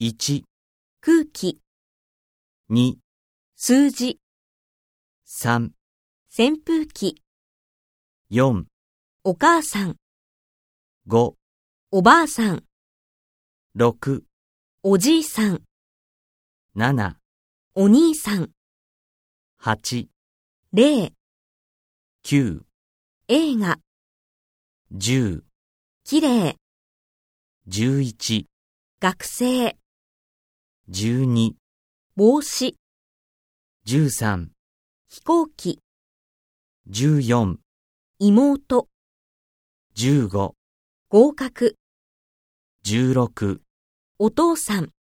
1、 空気、 2、 数字、 3、 扇風機、 4、 お母さん、 5、 おばあさん、 6、 おじいさん、 7、 お兄さん、 8、 0、 9、 映画、 10、 きれい、 11、 学生、 12、 帽子、 13、 飛行機、 14、 妹、 15、 合格、 16、 お父さん。